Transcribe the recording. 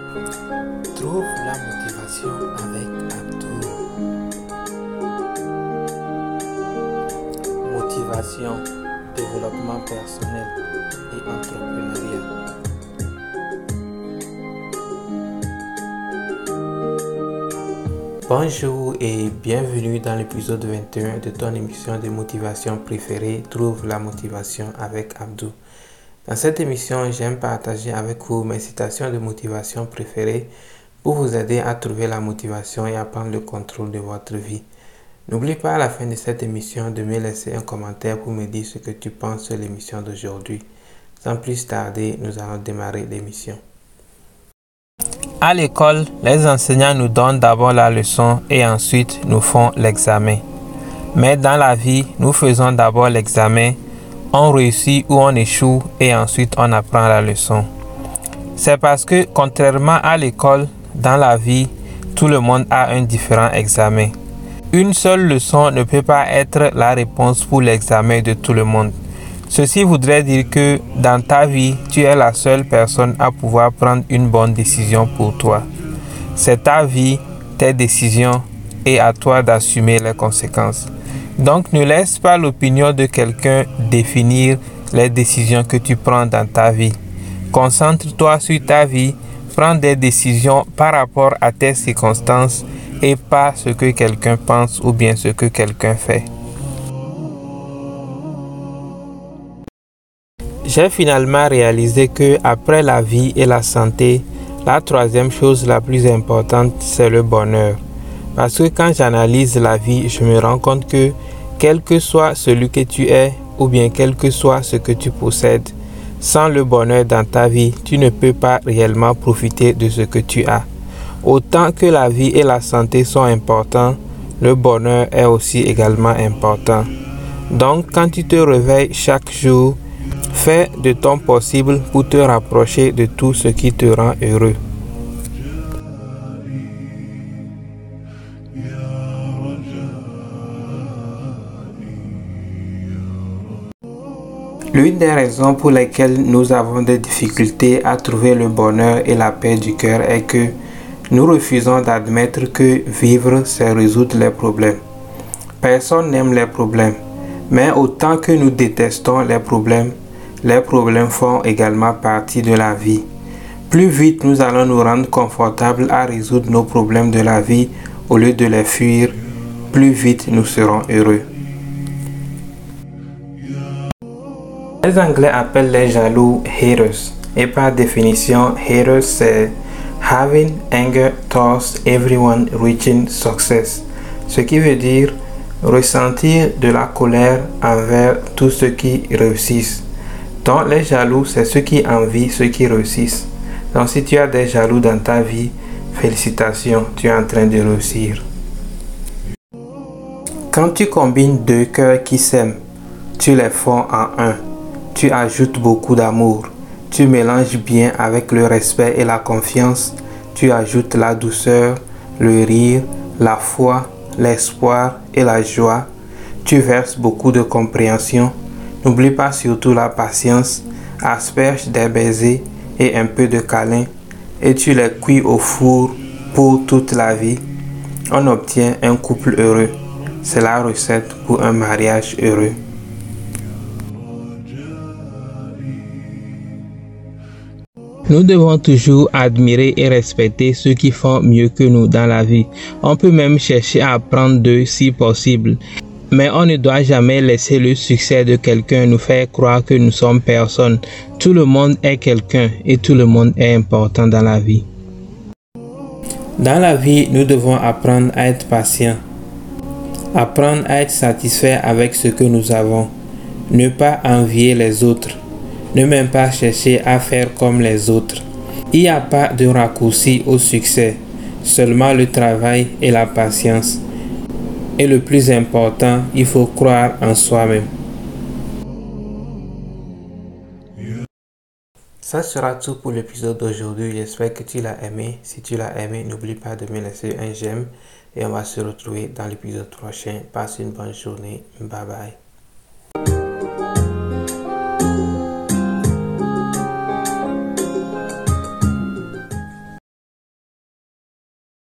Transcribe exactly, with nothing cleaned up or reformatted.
Trouve la motivation avec Abdou. Motivation, développement personnel et entrepreneuriat. Bonjour et bienvenue dans l'épisode vingt et un de ton émission de motivation préférée, Trouve la motivation avec Abdou. Dans cette émission, j'aime partager avec vous mes citations de motivation préférées pour vous aider à trouver la motivation et à prendre le contrôle de votre vie. N'oublie pas à la fin de cette émission de me laisser un commentaire pour me dire ce que tu penses sur l'émission d'aujourd'hui. Sans plus tarder, nous allons démarrer l'émission. À l'école, les enseignants nous donnent d'abord la leçon et ensuite nous font l'examen. Mais dans la vie, nous faisons d'abord l'examen, on réussit ou on échoue et ensuite on apprend la leçon. C'est parce que contrairement à l'école, dans la vie, tout le monde a un différent examen. Une seule leçon ne peut pas être la réponse pour l'examen de tout le monde. Ceci voudrait dire que dans ta vie, tu es la seule personne à pouvoir prendre une bonne décision pour toi. C'est ta vie, tes décisions et à toi d'assumer les conséquences. Donc ne laisse pas l'opinion de quelqu'un définir les décisions que tu prends dans ta vie. Concentre-toi sur ta vie, prends des décisions par rapport à tes circonstances et pas ce que quelqu'un pense ou bien ce que quelqu'un fait. J'ai finalement réalisé que après la vie et la santé, la troisième chose la plus importante, c'est le bonheur. Parce que quand j'analyse la vie, je me rends compte que quel que soit celui que tu es ou bien quel que soit ce que tu possèdes, sans le bonheur dans ta vie, tu ne peux pas réellement profiter de ce que tu as. Autant que la vie et la santé sont importants, le bonheur est aussi également important. Donc quand tu te réveilles chaque jour, fais de ton possible pour te rapprocher de tout ce qui te rend heureux. L'une des raisons pour lesquelles nous avons des difficultés à trouver le bonheur et la paix du cœur est que nous refusons d'admettre que vivre, c'est résoudre les problèmes. Personne n'aime les problèmes, mais autant que nous détestons les problèmes, les problèmes font également partie de la vie. Plus vite nous allons nous rendre confortables à résoudre nos problèmes de la vie au lieu de les fuir, plus vite nous serons heureux. Les Anglais appellent les jaloux haters et par définition, haters c'est having anger towards everyone reaching success, ce qui veut dire ressentir de la colère envers tous ceux qui réussissent. Donc les jaloux, c'est ceux qui envient ceux qui réussissent. Donc si tu as des jaloux dans ta vie, félicitations, tu es en train de réussir. Quand tu combines deux cœurs qui s'aiment, tu les fonds en un. Tu ajoutes beaucoup d'amour. Tu mélanges bien avec le respect et la confiance. Tu ajoutes la douceur, le rire, la foi, l'espoir et la joie. Tu verses beaucoup de compréhension. N'oublie pas surtout la patience. Asperge des baisers et un peu de câlin. Et tu les cuis au four pour toute la vie. On obtient un couple heureux. C'est la recette pour un mariage heureux. Nous devons toujours admirer et respecter ceux qui font mieux que nous dans la vie. On peut même chercher à apprendre d'eux si possible. Mais on ne doit jamais laisser le succès de quelqu'un nous faire croire que nous sommes personne. Tout le monde est quelqu'un et tout le monde est important dans la vie. Dans la vie, nous devons apprendre à être patient. Apprendre à être satisfait avec ce que nous avons. Ne pas envier les autres. Ne même pas chercher à faire comme les autres. Il n'y a pas de raccourci au succès, seulement le travail et la patience. Et le plus important, il faut croire en soi-même. Ça sera tout pour l'épisode d'aujourd'hui. J'espère que tu l'as aimé. Si tu l'as aimé, n'oublie pas de me laisser un j'aime. Et on va se retrouver dans l'épisode prochain. Passe une bonne journée. Bye bye.